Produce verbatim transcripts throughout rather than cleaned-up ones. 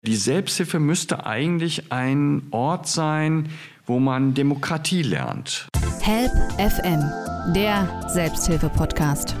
Die Selbsthilfe müsste eigentlich ein Ort sein, wo man Demokratie lernt. Help F M, der Selbsthilfe-Podcast.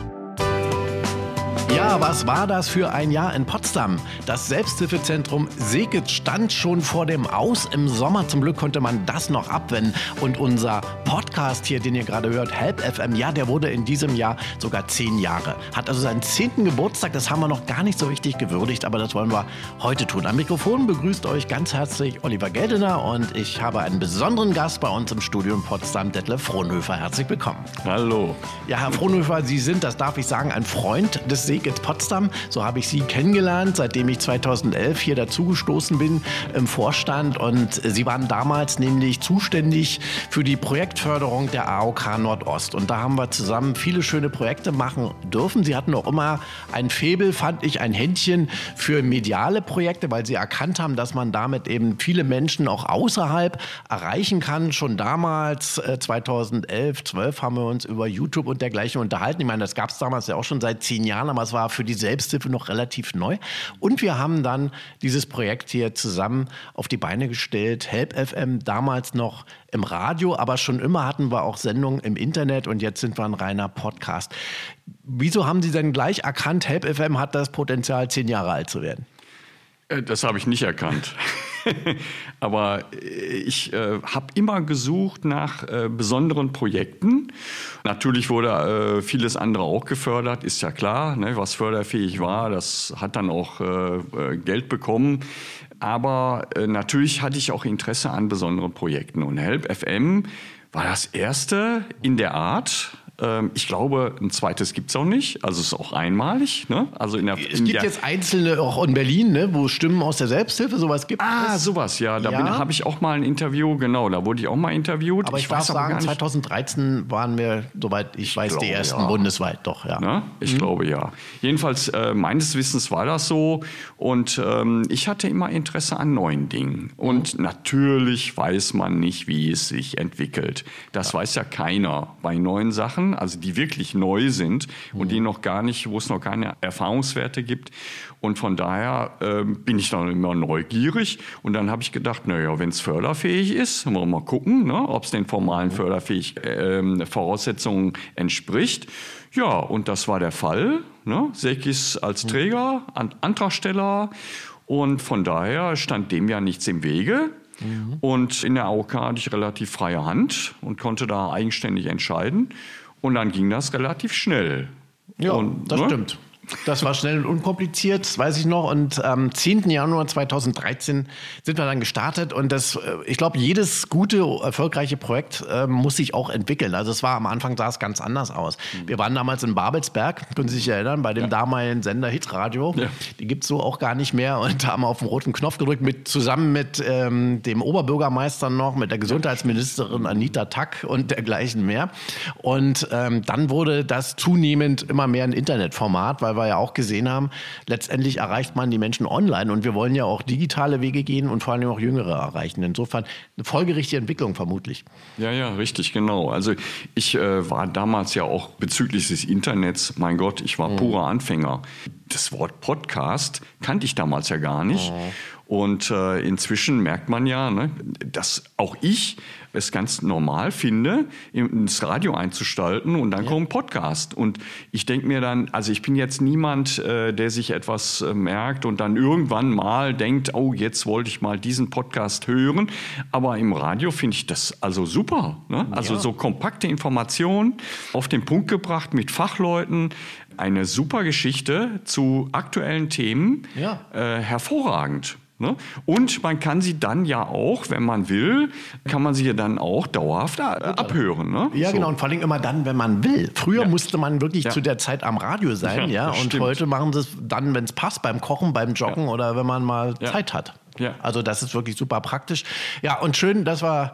Ja, was war das für ein Jahr in Potsdam? Das Selbsthilfezentrum Seekitz stand schon vor dem Aus im Sommer. Zum Glück konnte man das noch abwenden. Und unser Podcast hier, den ihr gerade hört, Help F M, ja, der wurde in diesem Jahr sogar zehn Jahre. Hat also seinen zehnten Geburtstag. Das haben wir noch gar nicht so richtig gewürdigt, aber das wollen wir heute tun. Am Mikrofon begrüßt euch ganz herzlich Oliver Geldener und ich habe einen besonderen Gast bei uns im Studio in Potsdam, Detlef Frohnhöfer. Herzlich willkommen. Hallo. Ja, Herr Frohnhöfer, Sie sind, das darf ich sagen, ein Freund des Seekitz Potsdam. So habe ich Sie kennengelernt, seitdem ich zweitausendelf hier dazugestoßen bin im Vorstand. Und Sie waren damals nämlich zuständig für die Projektförderung der A O K Nordost. Und da haben wir zusammen viele schöne Projekte machen dürfen. Sie hatten auch immer ein Faible, fand ich, ein Händchen für mediale Projekte, weil Sie erkannt haben, dass man damit eben viele Menschen auch außerhalb erreichen kann. Schon damals, äh, zweitausendelf, zwölf, haben wir uns über YouTube und dergleichen unterhalten. Ich meine, das gab es damals ja auch schon seit zehn Jahren, aber es war für die Selbsthilfe noch relativ neu. Und wir haben dann dieses Projekt hier zusammen auf die Beine gestellt. Help F M, damals noch im Radio, aber schon immer hatten wir auch Sendungen im Internet und jetzt sind wir ein reiner Podcast. Wieso haben Sie denn gleich erkannt, Help F M hat das Potenzial, zehn Jahre alt zu werden? Das habe ich nicht erkannt. Aber ich äh, habe immer gesucht nach äh, besonderen Projekten. Natürlich wurde äh, vieles andere auch gefördert, ist ja klar. Ne? Was förderfähig war, das hat dann auch äh, Geld bekommen. Aber äh, natürlich hatte ich auch Interesse an besonderen Projekten. Und Help F M war das erste in der Art. Ich glaube, ein zweites gibt es auch nicht. Also es ist auch einmalig. Ne? Also in der, es in gibt der jetzt einzelne, auch in Berlin, ne, wo Stimmen aus der Selbsthilfe, sowas gibt. Ah, es. sowas, ja. Da ja. habe ich auch mal ein Interview, genau, da wurde ich auch mal interviewt. Aber ich, ich weiß darf sagen, gar nicht. zweitausenddreizehn waren wir, soweit ich, ich weiß, glaube, die ersten ja. bundesweit, doch, ja. Ne? Ich mhm. glaube, ja. Jedenfalls, äh, meines Wissens war das so. Und ähm, ich hatte immer Interesse an neuen Dingen. Und mhm. natürlich weiß man nicht, wie es sich entwickelt. Das ja. weiß ja keiner bei neuen Sachen, also die wirklich neu sind und mhm. die noch gar nicht, wo es noch keine Erfahrungswerte gibt. Und von daher äh, bin ich dann immer neugierig. Und dann habe ich gedacht, naja, wenn es förderfähig ist, wollen wir mal gucken, ne, ob es den formalen förderfähig äh, Voraussetzungen entspricht. Ja, und das war der Fall. Ne? Seekitz als Träger, An- Antragsteller. Und von daher stand dem ja nichts im Wege. Mhm. Und in der A O K hatte ich relativ freie Hand und konnte da eigenständig entscheiden. Und dann ging das relativ schnell. Ja, und, das ne? stimmt. Das war schnell und unkompliziert, das weiß ich noch. Und am zehnten Januar zweitausenddreizehn sind wir dann gestartet. Und das, ich glaube, jedes gute, erfolgreiche Projekt äh, muss sich auch entwickeln. Also es war am Anfang, sah es ganz anders aus. Mhm. Wir waren damals in Babelsberg, können Sie sich erinnern, bei dem ja. damaligen Sender Hitradio. Ja. Die gibt es so auch gar nicht mehr. Und haben auf den roten Knopf gedrückt, mit, zusammen mit ähm, dem Oberbürgermeister noch, mit der Gesundheitsministerin Anita Tack und dergleichen mehr. Und ähm, dann wurde das zunehmend immer mehr ein Internetformat, weil wir ja auch gesehen haben, letztendlich erreicht man die Menschen online und wir wollen ja auch digitale Wege gehen und vor allem auch Jüngere erreichen. Insofern eine folgerichtige Entwicklung vermutlich. Ja, ja, richtig, genau. Also ich äh, war damals ja auch bezüglich des Internets, mein Gott, ich war mhm. purer Anfänger. Das Wort Podcast kannte ich damals ja gar nicht. Mhm. Und äh, inzwischen merkt man ja, ne, dass auch ich es ganz normal finde, ins Radio einzustalten und dann ja. kommt ein Podcast. Und ich denke mir dann, also ich bin jetzt niemand, äh, der sich etwas äh, merkt und dann irgendwann mal denkt, oh, jetzt wollte ich mal diesen Podcast hören. Aber im Radio finde ich das also super. Ne? Also ja. so kompakte Informationen auf den Punkt gebracht mit Fachleuten. Eine super Geschichte zu aktuellen Themen. Ja. Äh, hervorragend. Ne? Und man kann sie dann ja auch, wenn man will, kann man sie ja dann auch dauerhaft äh, abhören. Ne? Ja, so. Genau. Und vor allem immer dann, wenn man will. Früher ja. musste man wirklich ja. zu der Zeit am Radio sein. Ja, ja? Und stimmt. heute machen sie es dann, wenn es passt, beim Kochen, beim Joggen ja. oder wenn man mal ja. Zeit hat. Ja. Also das ist wirklich super praktisch. Ja, und schön, dass wir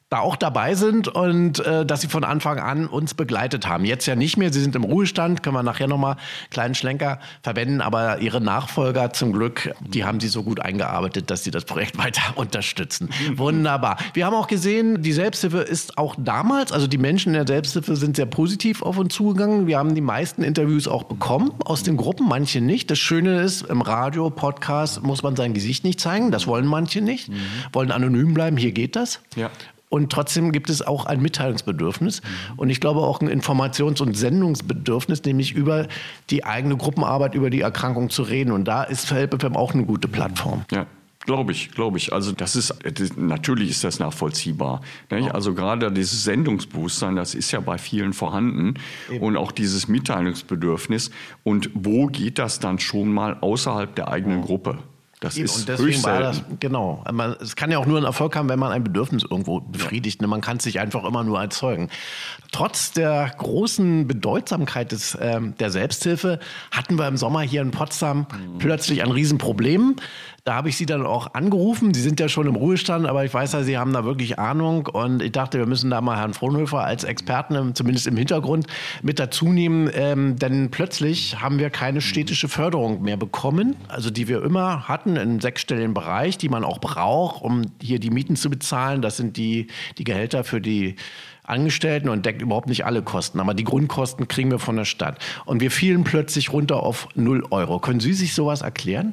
da auch dabei sind und äh, dass Sie von Anfang an uns begleitet haben. Jetzt ja nicht mehr, Sie sind im Ruhestand, können wir nachher nochmal einen kleinen Schlenker verwenden, aber Ihre Nachfolger zum Glück, die haben Sie so gut eingearbeitet, dass Sie das Projekt weiter unterstützen. Wunderbar. Wir haben auch gesehen, die Selbsthilfe ist auch damals, also die Menschen in der Selbsthilfe sind sehr positiv auf uns zugegangen. Wir haben die meisten Interviews auch bekommen aus den Gruppen, manche nicht. Das Schöne ist, im Radio, Podcast muss man sein Gesicht nicht zeigen, das wollen manche nicht, mhm. wollen anonym bleiben, hier geht das. Ja. Und trotzdem gibt es auch ein Mitteilungsbedürfnis und ich glaube auch ein Informations- und Sendungsbedürfnis, nämlich über die eigene Gruppenarbeit, über die Erkrankung zu reden. Und da ist Help F M auch eine gute Plattform. Ja. Glaube ich, glaube ich. Also das ist, das, natürlich ist das nachvollziehbar. Nicht? Also gerade dieses Sendungsbewusstsein, das ist ja bei vielen vorhanden. Eben. Und auch dieses Mitteilungsbedürfnis. Und wo geht das dann schon mal außerhalb der eigenen oh. Gruppe? Das Eben, ist und deswegen höchst war das, genau. Man, es kann ja auch nur einen Erfolg haben, wenn man ein Bedürfnis irgendwo befriedigt. Ja. Man kann es sich einfach immer nur erzeugen. Trotz der großen Bedeutsamkeit des, ähm, der Selbsthilfe hatten wir im Sommer hier in Potsdam mhm. plötzlich ein Riesenproblem. Da habe ich Sie dann auch angerufen. Sie sind ja schon im Ruhestand, aber ich weiß ja, Sie haben da wirklich Ahnung. Und ich dachte, wir müssen da mal Herrn Frohnhöfer als Experten, zumindest im Hintergrund, mit dazu nehmen. Ähm, denn plötzlich haben wir keine städtische Förderung mehr bekommen, also die wir immer hatten, im sechsstelligen Bereich, die man auch braucht, um hier die Mieten zu bezahlen. Das sind die, die Gehälter für die Angestellten und deckt überhaupt nicht alle Kosten. Aber die Grundkosten kriegen wir von der Stadt. Und wir fielen plötzlich runter auf null Euro. Können Sie sich sowas erklären?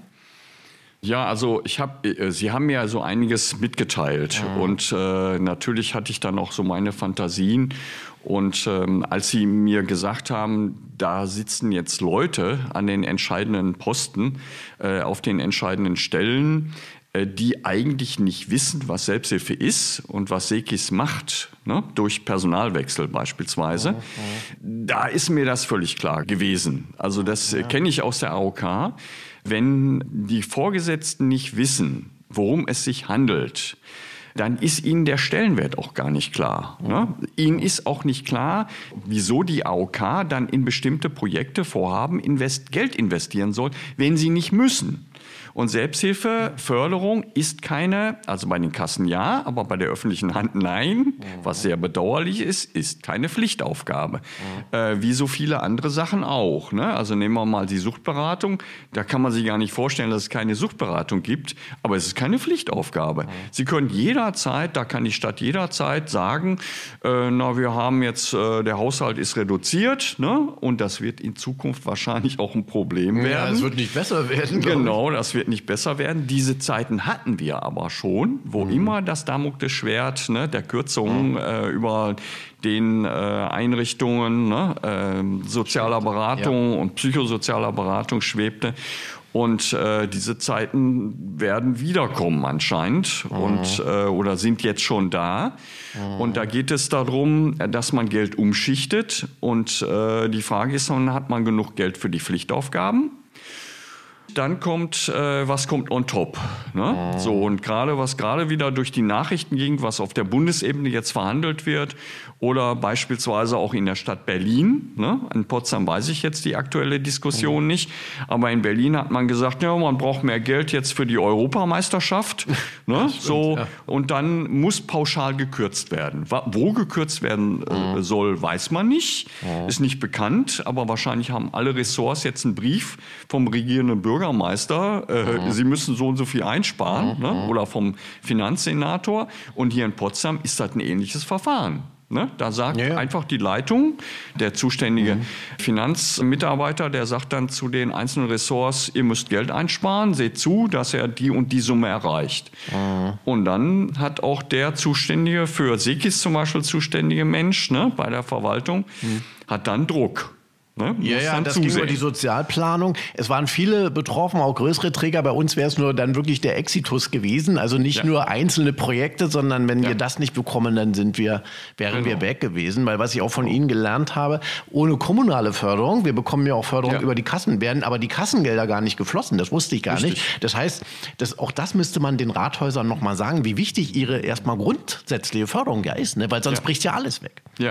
Ja, also ich habe, Sie haben ja so einiges mitgeteilt mhm. und äh, natürlich hatte ich dann auch so meine Fantasien und ähm, als Sie mir gesagt haben, da sitzen jetzt Leute an den entscheidenden Posten, äh, auf den entscheidenden Stellen, äh, die eigentlich nicht wissen, was Selbsthilfe ist und was Sekis macht, ne? Durch Personalwechsel beispielsweise, mhm. da ist mir das völlig klar gewesen. Also das ja. kenne ich aus der A O K. Wenn die Vorgesetzten nicht wissen, worum es sich handelt, dann ist ihnen der Stellenwert auch gar nicht klar. Ne? Ihnen ist auch nicht klar, wieso die A O K dann in bestimmte Projekte, Vorhaben invest- Geld investieren soll, wenn sie nicht müssen. Und Selbsthilfeförderung ist keine, also bei den Kassen ja, aber bei der öffentlichen Hand nein, was sehr bedauerlich ist, ist keine Pflichtaufgabe. Mhm. Äh, wie so viele andere Sachen auch. Ne? Also nehmen wir mal die Suchtberatung, da kann man sich gar nicht vorstellen, dass es keine Suchtberatung gibt, aber es ist keine Pflichtaufgabe. Mhm. Sie können jederzeit, da kann die Stadt jederzeit sagen, äh, na wir haben jetzt, äh, der Haushalt ist reduziert, ne? Und das wird in Zukunft wahrscheinlich auch ein Problem werden. Ja, es wird nicht besser werden. Genau, das wird nicht besser werden. Diese Zeiten hatten wir aber schon, wo mhm. immer das Damoklesschwert ne, der Kürzungen mhm. äh, über den äh, Einrichtungen ne, äh, sozialer Beratung ja. und psychosozialer Beratung schwebte. Und äh, diese Zeiten werden wiederkommen anscheinend mhm. und, äh, oder sind jetzt schon da. Mhm. Und da geht es darum, dass man Geld umschichtet. Und äh, die Frage ist, hat man genug Geld für die Pflichtaufgaben? Dann kommt, äh, was kommt on top? Ne? Oh. So, und gerade, was gerade wieder durch die Nachrichten ging, was auf der Bundesebene jetzt verhandelt wird oder beispielsweise auch in der Stadt Berlin. Ne? In Potsdam weiß ich jetzt die aktuelle Diskussion oh. nicht. Aber in Berlin hat man gesagt, ja, man braucht mehr Geld jetzt für die Europameisterschaft. Ne? Stimmt, so, ja. Und dann muss pauschal gekürzt werden. Wo gekürzt werden äh, soll, weiß man nicht. Oh. Ist nicht bekannt. Aber wahrscheinlich haben alle Ressorts jetzt einen Brief vom regierenden Bürgermeister, äh, mhm. sie müssen so und so viel einsparen, mhm. ne? Oder vom Finanzsenator. Und hier in Potsdam ist das ein ähnliches Verfahren. Ne? Da sagt ja, ja. einfach die Leitung, der zuständige mhm. Finanzmitarbeiter, der sagt dann zu den einzelnen Ressorts, ihr müsst Geld einsparen, seht zu, dass er die und die Summe erreicht. Mhm. Und dann hat auch der zuständige, für Sekis zum Beispiel zuständige Mensch ne, bei der Verwaltung, mhm. hat dann Druck. Ne? Ja, ja, das ging über die Sozialplanung. Es waren viele betroffen, auch größere Träger. Bei uns wäre es nur dann wirklich der Exitus gewesen. Also nicht ja. nur einzelne Projekte, sondern wenn ja. wir das nicht bekommen, dann sind wir, wären genau. wir weg gewesen. Weil was ich auch von Ihnen gelernt habe, ohne kommunale Förderung, wir bekommen ja auch Förderung ja. über die Kassen, werden aber die Kassengelder gar nicht geflossen. Das wusste ich gar Richtig. nicht. Das heißt, das, auch das müsste man den Rathäusern nochmal sagen, wie wichtig ihre erstmal grundsätzliche Förderung ja ist. Ne? Weil sonst ja. bricht ja alles weg. Ja.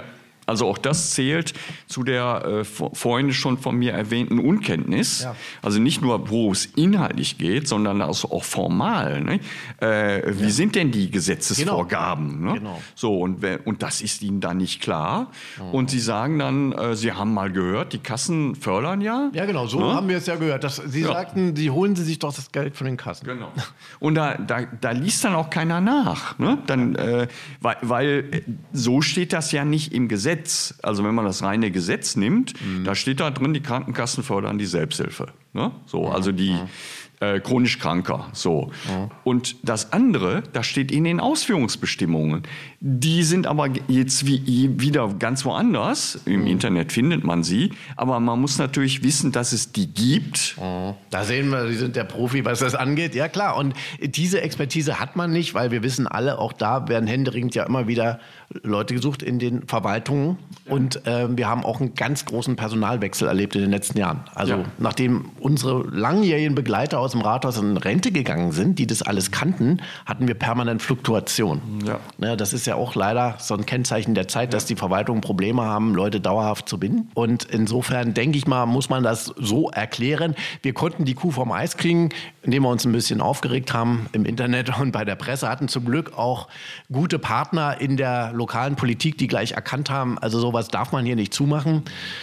Also auch das zählt zu der äh, vorhin schon von mir erwähnten Unkenntnis. Ja. Also nicht nur, wo es inhaltlich geht, sondern also auch formal. Ne? Äh, wie ja. sind denn die Gesetzesvorgaben? Genau. Ne? Genau. So, und, und das ist ihnen dann nicht klar. Mhm. Und sie sagen dann, äh, sie haben mal gehört, die Kassen fördern ja. Ja, genau, so ne? haben wir es ja gehört. Das, sie ja. sagten, sie holen sie sich doch das Geld von den Kassen. Genau. Und da, da, da liest dann auch keiner nach. Ne? Dann, äh, weil, weil so steht das ja nicht im Gesetz. Also wenn man das reine Gesetz nimmt, mhm. da steht da drin, die Krankenkassen fördern die Selbsthilfe. Ne? So, also die äh, chronisch Kranker. So. Mhm. Und das andere, das steht in den Ausführungsbestimmungen. Die sind aber jetzt wie, wieder ganz woanders. Im mhm. Internet findet man sie. Aber man muss natürlich wissen, dass es die gibt. Mhm. Da sehen wir, Sie sind der Profi, was das angeht. Ja klar, und diese Expertise hat man nicht, weil wir wissen alle, auch da werden händeringend ja immer wieder Leute gesucht in den Verwaltungen. Ja. Und äh, wir haben auch einen ganz großen Personalwechsel erlebt in den letzten Jahren. Also ja. nachdem unsere langjährigen Begleiter aus dem Rathaus in Rente gegangen sind, die das alles kannten, hatten wir permanent Fluktuation. Ja. Ja, das ist ja auch leider so ein Kennzeichen der Zeit, dass die Verwaltungen Probleme haben, Leute dauerhaft zu binden. Und insofern denke ich mal, muss man das so erklären. Wir konnten die Kuh vom Eis kriegen, indem wir uns ein bisschen aufgeregt haben im Internet und bei der Presse, hatten zum Glück auch gute Partner in der lokalen Politik, die gleich erkannt haben, also sowas darf man hier nicht zumachen.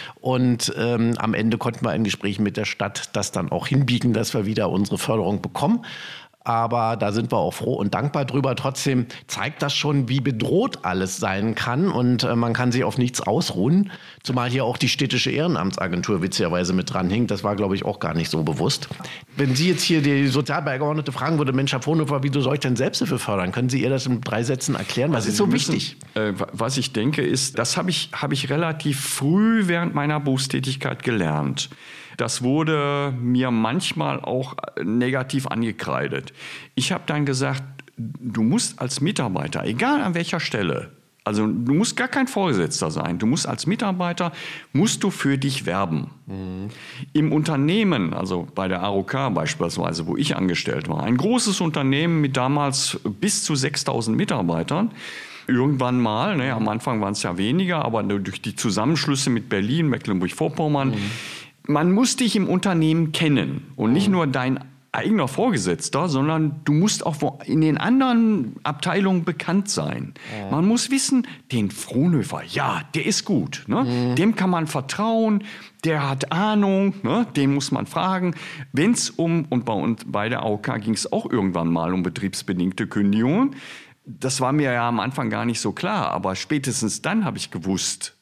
Und ähm, am Ende konnten wir in Gesprächen mit der Stadt das dann auch hinbiegen, dass wir wieder unsere Förderung bekommen. Aber da sind wir auch froh und dankbar drüber. Trotzdem zeigt das schon, wie bedroht alles sein kann. Und äh, man kann sich auf nichts ausruhen. Zumal hier auch die städtische Ehrenamtsagentur witzigerweise mit dran hängt. Das war, glaube ich, auch gar nicht so bewusst. Wenn Sie jetzt hier die Sozialbeabgeordnete fragen würde, Mensch, Herr Frohnhofer, wie soll ich denn Selbsthilfe fördern? Können Sie ihr das in drei Sätzen erklären? Was also ist so müssen, wichtig? Äh, was ich denke ist, das habe ich, hab ich relativ früh während meiner Berufstätigkeit gelernt. Das wurde mir manchmal auch negativ angekreidet. Ich habe dann gesagt, du musst als Mitarbeiter, egal an welcher Stelle, also du musst gar kein Vorgesetzter sein, du musst als Mitarbeiter, musst du für dich werben. Mhm. Im Unternehmen, also bei der A O K beispielsweise, wo ich angestellt war, ein großes Unternehmen mit damals bis zu sechstausend Mitarbeitern, irgendwann mal, ne, am Anfang waren es ja weniger, aber durch die Zusammenschlüsse mit Berlin, Mecklenburg-Vorpommern, mhm. man muss dich im Unternehmen kennen und nicht nur dein eigener Vorgesetzter, sondern du musst auch in den anderen Abteilungen bekannt sein. Ja. Man muss wissen, den Frohnhofer, ja, der ist gut. Ne? Mhm. Dem kann man vertrauen, der hat Ahnung, ne? Den muss man fragen. Wenn es um, und bei, und bei der A O K ging es auch irgendwann mal um betriebsbedingte Kündigungen. Das war mir ja am Anfang gar nicht so klar, aber spätestens dann habe ich gewusst,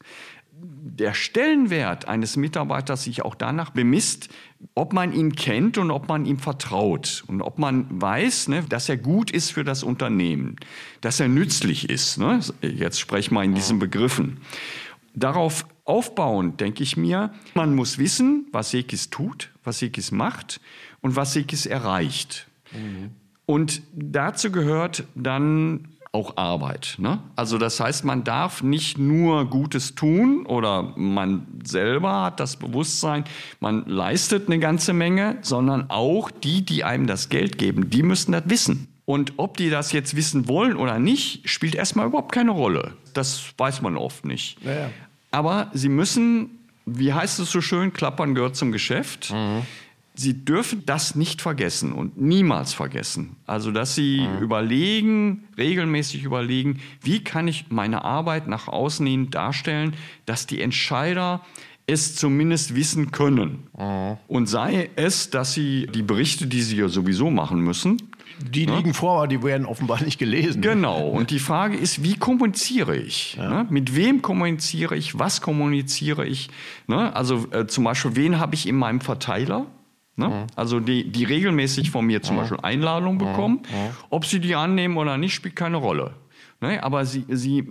der Stellenwert eines Mitarbeiters sich auch danach bemisst, ob man ihn kennt und ob man ihm vertraut und ob man weiß, ne, dass er gut ist für das Unternehmen, dass er nützlich ist. Ne? Jetzt spreche ich mal in diesen Begriffen. Darauf aufbauend denke ich mir, man muss wissen, was Sekis tut, was Sekis macht und was Sekis erreicht. Mhm. Und dazu gehört dann auch Arbeit. Ne? Also das heißt, man darf nicht nur Gutes tun oder man selber hat das Bewusstsein, man leistet eine ganze Menge, sondern auch die, die einem das Geld geben, die müssen das wissen. Und ob die das jetzt wissen wollen oder nicht, spielt erstmal überhaupt keine Rolle. Das weiß man oft nicht. Ja, ja. Aber sie müssen, wie heißt es so schön, Klappern gehört zum Geschäft. Mhm. Sie dürfen das nicht vergessen und niemals vergessen. Also, dass Sie mhm. überlegen, regelmäßig überlegen, wie kann ich meine Arbeit nach außen hin darstellen, dass die Entscheider es zumindest wissen können. Mhm. Und sei es, dass Sie die Berichte, die Sie ja sowieso machen müssen, die liegen ne? vor, aber die werden offenbar nicht gelesen. Genau. Und die Frage ist, wie kommuniziere ich? Ja. Ne? Mit wem kommuniziere ich? Was kommuniziere ich? Ne? Also äh, zum Beispiel, wen habe ich in meinem Verteiler? Ne? Mhm. Also die, die regelmäßig von mir zum mhm. Beispiel Einladungen bekommen. Mhm. Ob sie die annehmen oder nicht, spielt keine Rolle. Ne? Aber sie, sie,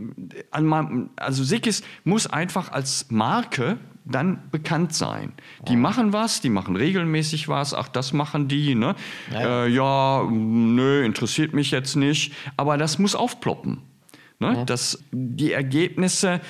also Sekis muss einfach als Marke dann bekannt sein. Die mhm. machen was, die machen regelmäßig was, ach, das machen die, ne? Ja, äh, ja nö, interessiert mich jetzt nicht. Aber das muss aufploppen. Ne? Mhm. Das, die Ergebnisse,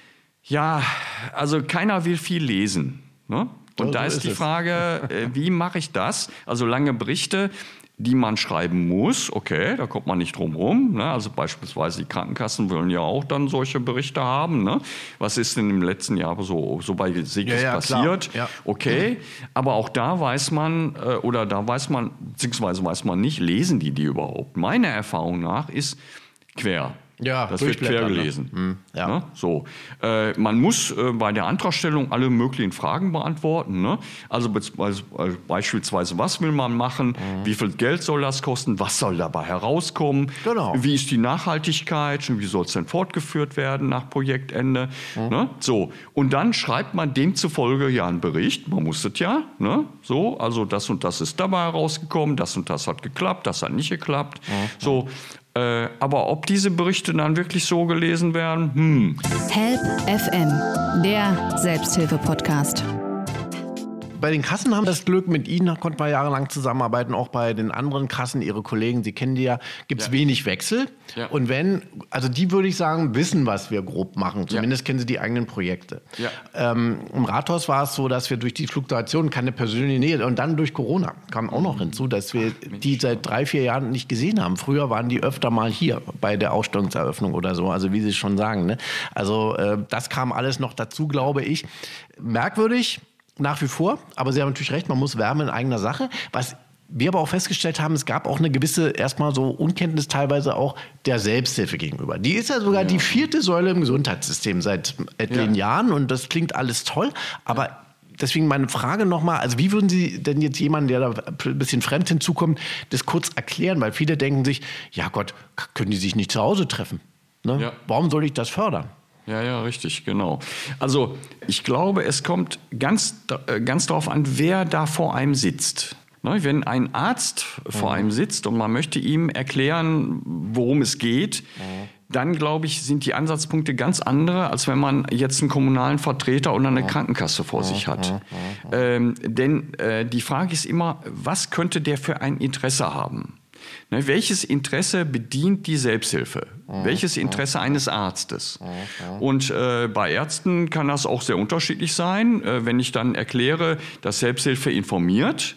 ja, also keiner will viel lesen. Ne? Und so, da ist, ist die Frage, äh, wie mache ich das? Also lange Berichte die man schreiben muss. Okay, da kommt man nicht drum rum. Ne? Also beispielsweise die Krankenkassen wollen ja auch dann solche Berichte haben. Ne? Was ist denn im letzten Jahr so, so bei Segis ja, ja, passiert? Ja. Okay, aber auch da weiß man, äh, oder da weiß man, beziehungsweise weiß man nicht, lesen die die überhaupt? Meiner Erfahrung nach ist quer. Ja, das wird quer gelesen. Ne? Hm, ja. Ne? So. Äh, man muss äh, bei der Antragstellung alle möglichen Fragen beantworten. Ne? Also be- also beispielsweise, was will man machen? Mhm. Wie viel Geld soll das kosten? Was soll dabei herauskommen? Genau. Wie ist die Nachhaltigkeit? Und wie soll es denn fortgeführt werden nach Projektende? Mhm. Ne? So. Und dann schreibt man demzufolge ja einen Bericht. Man muss es ja. Ne? So, also das und das ist dabei herausgekommen. Das und das hat geklappt. Das hat nicht geklappt. Mhm. So. Äh, aber ob diese Berichte dann wirklich so gelesen werden? Hm. Help F M, der Selbsthilfe-Podcast. Bei den Kassen haben wir das Glück, mit Ihnen konnten wir jahrelang zusammenarbeiten, auch bei den anderen Kassen, Ihre Kollegen, Sie kennen die ja, gibt es ja. wenig Wechsel. Ja. Und wenn, also die würde ich sagen, wissen, was wir grob machen. Zumindest ja. kennen sie die eigenen Projekte. Ja. Ähm, Im Rathaus war es so, dass wir durch die Fluktuation keine persönliche Nähe, und dann durch Corona kam auch noch hinzu, dass wir Ach, die seit drei, vier Jahren nicht gesehen haben. Früher waren die öfter mal hier bei der Ausstellungseröffnung oder so, also wie Sie schon sagen. Ne? Also äh, das kam alles noch dazu, glaube ich. Merkwürdig. Nach wie vor, aber Sie haben natürlich recht, man muss werben in eigener Sache. Was wir aber auch festgestellt haben, es gab auch eine gewisse, erstmal so Unkenntnis teilweise auch der Selbsthilfe gegenüber. Die ist ja sogar ja. die vierte Säule im Gesundheitssystem seit etlichen ja. Jahren und das klingt alles toll, aber ja. deswegen meine Frage nochmal, also wie würden Sie denn jetzt jemanden, der da ein bisschen fremd hinzukommt, das kurz erklären? Weil viele denken sich, ja Gott, können die sich nicht zu Hause treffen? Ne? Ja. Warum soll ich das fördern? Ja, ja, richtig, genau. Also ich glaube, es kommt ganz, ganz darauf an, wer da vor einem sitzt. Ne, wenn ein Arzt mhm. vor einem sitzt und man möchte ihm erklären, worum es geht, mhm. dann, glaube ich, sind die Ansatzpunkte ganz andere, als wenn man jetzt einen kommunalen Vertreter oder eine mhm. Krankenkasse vor mhm. sich hat. Mhm. Ähm, denn äh, die Frage ist immer, was könnte der für ein Interesse haben? Ne, welches Interesse bedient die Selbsthilfe? Mhm. Welches Interesse eines Arztes? Mhm. Und äh, bei Ärzten kann das auch sehr unterschiedlich sein. Äh, wenn ich dann erkläre, dass Selbsthilfe informiert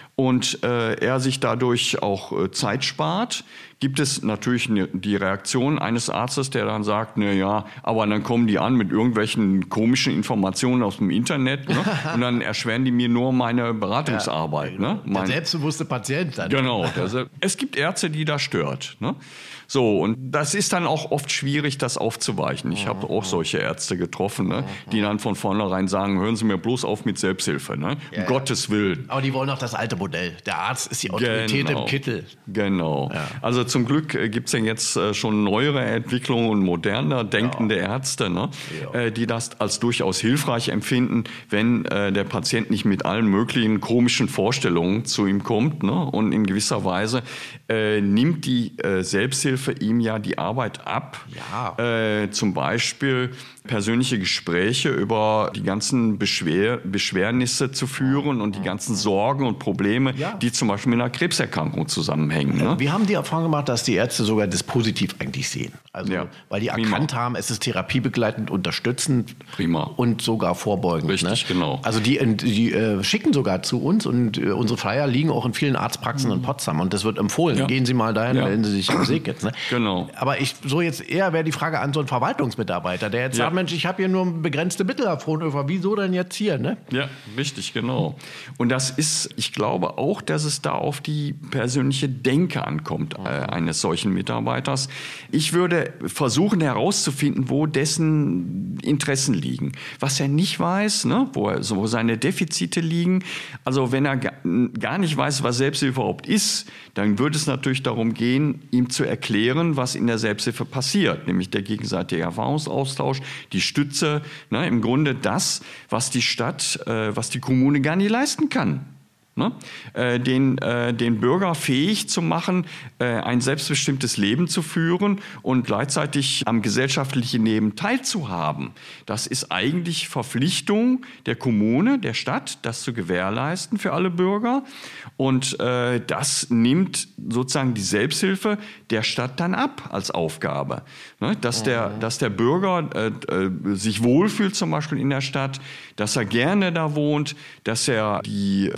und äh, er sich dadurch auch äh, Zeit spart, gibt es natürlich ne, die Reaktion eines Arztes, der dann sagt, na ja, aber dann kommen die an mit irgendwelchen komischen Informationen aus dem Internet, ne? Und dann erschweren die mir nur meine Beratungsarbeit. Ja, ne? Der selbstbewusste Patient dann. Genau. Der, es gibt Ärzte, die das stört. Ne? So, und das ist dann auch oft schwierig, das aufzuweichen. Ich habe auch solche Ärzte getroffen, ne? Die dann von vornherein sagen, hören Sie mir bloß auf mit Selbsthilfe. Ne? Ja, um Gottes Willen. Aber die wollen auch das alte Modell. Der Arzt ist die Autorität genau. im Kittel. Genau. Ja. Also zum Glück gibt es ja jetzt schon neuere Entwicklungen und moderner denkende ja. Ärzte, ne? Ja. die das als durchaus hilfreich empfinden, wenn äh, der Patient nicht mit allen möglichen komischen Vorstellungen zu ihm kommt. Ne? Und in gewisser Weise äh, nimmt die äh, Selbsthilfe ihm ja die Arbeit ab. Ja. Äh, zum Beispiel persönliche Gespräche über die ganzen Beschwer- Beschwernisse zu führen und die ganzen Sorgen und Probleme, ja. die zum Beispiel mit einer Krebserkrankung zusammenhängen. Ne? Wir haben die Erfahrung gemacht, dass die Ärzte sogar das positiv eigentlich sehen. Also, ja. weil die Prima. erkannt haben, es ist therapiebegleitend, unterstützend Prima. und sogar vorbeugend. Richtig, ne? genau. Also die, die äh, schicken sogar zu uns und äh, unsere Flyer liegen auch in vielen Arztpraxen mhm. in Potsdam und das wird empfohlen. Ja. Gehen Sie mal dahin, ja. melden Sie sich am Segit. Ne? Genau. Aber ich so jetzt eher wäre die Frage an so einen Verwaltungsmitarbeiter, der jetzt ja. sagt, Mensch, ich habe hier nur begrenzte Mittel auf Fraunhofer, wieso denn jetzt hier? Ne? Ja, richtig, genau. Und das ist, ich glaube auch, dass es da auf die persönliche Denke ankommt äh, eines solchen Mitarbeiters. Ich würde versuchen herauszufinden, wo dessen Interessen liegen. Was er nicht weiß, ne, wo, er, wo seine Defizite liegen. Also wenn er gar nicht weiß, was Selbsthilfe überhaupt ist, dann würde es natürlich darum gehen, ihm zu erklären, was in der Selbsthilfe passiert. Nämlich der gegenseitige Erfahrungsaustausch, die Stütze, ne, im Grunde das, was die Stadt, äh, was die Kommune gar nicht leisten kann. Ne? Äh, den, äh, den Bürger fähig zu machen, äh, ein selbstbestimmtes Leben zu führen und gleichzeitig am gesellschaftlichen Leben teilzuhaben. Das ist eigentlich Verpflichtung der Kommune, der Stadt, das zu gewährleisten für alle Bürger. Und äh, das nimmt sozusagen die Selbsthilfe der Stadt dann ab als Aufgabe. Ne? Dass, der, dass der Bürger äh, äh, sich wohlfühlt zum Beispiel in der Stadt, dass er gerne da wohnt, dass er die Dienstleistungen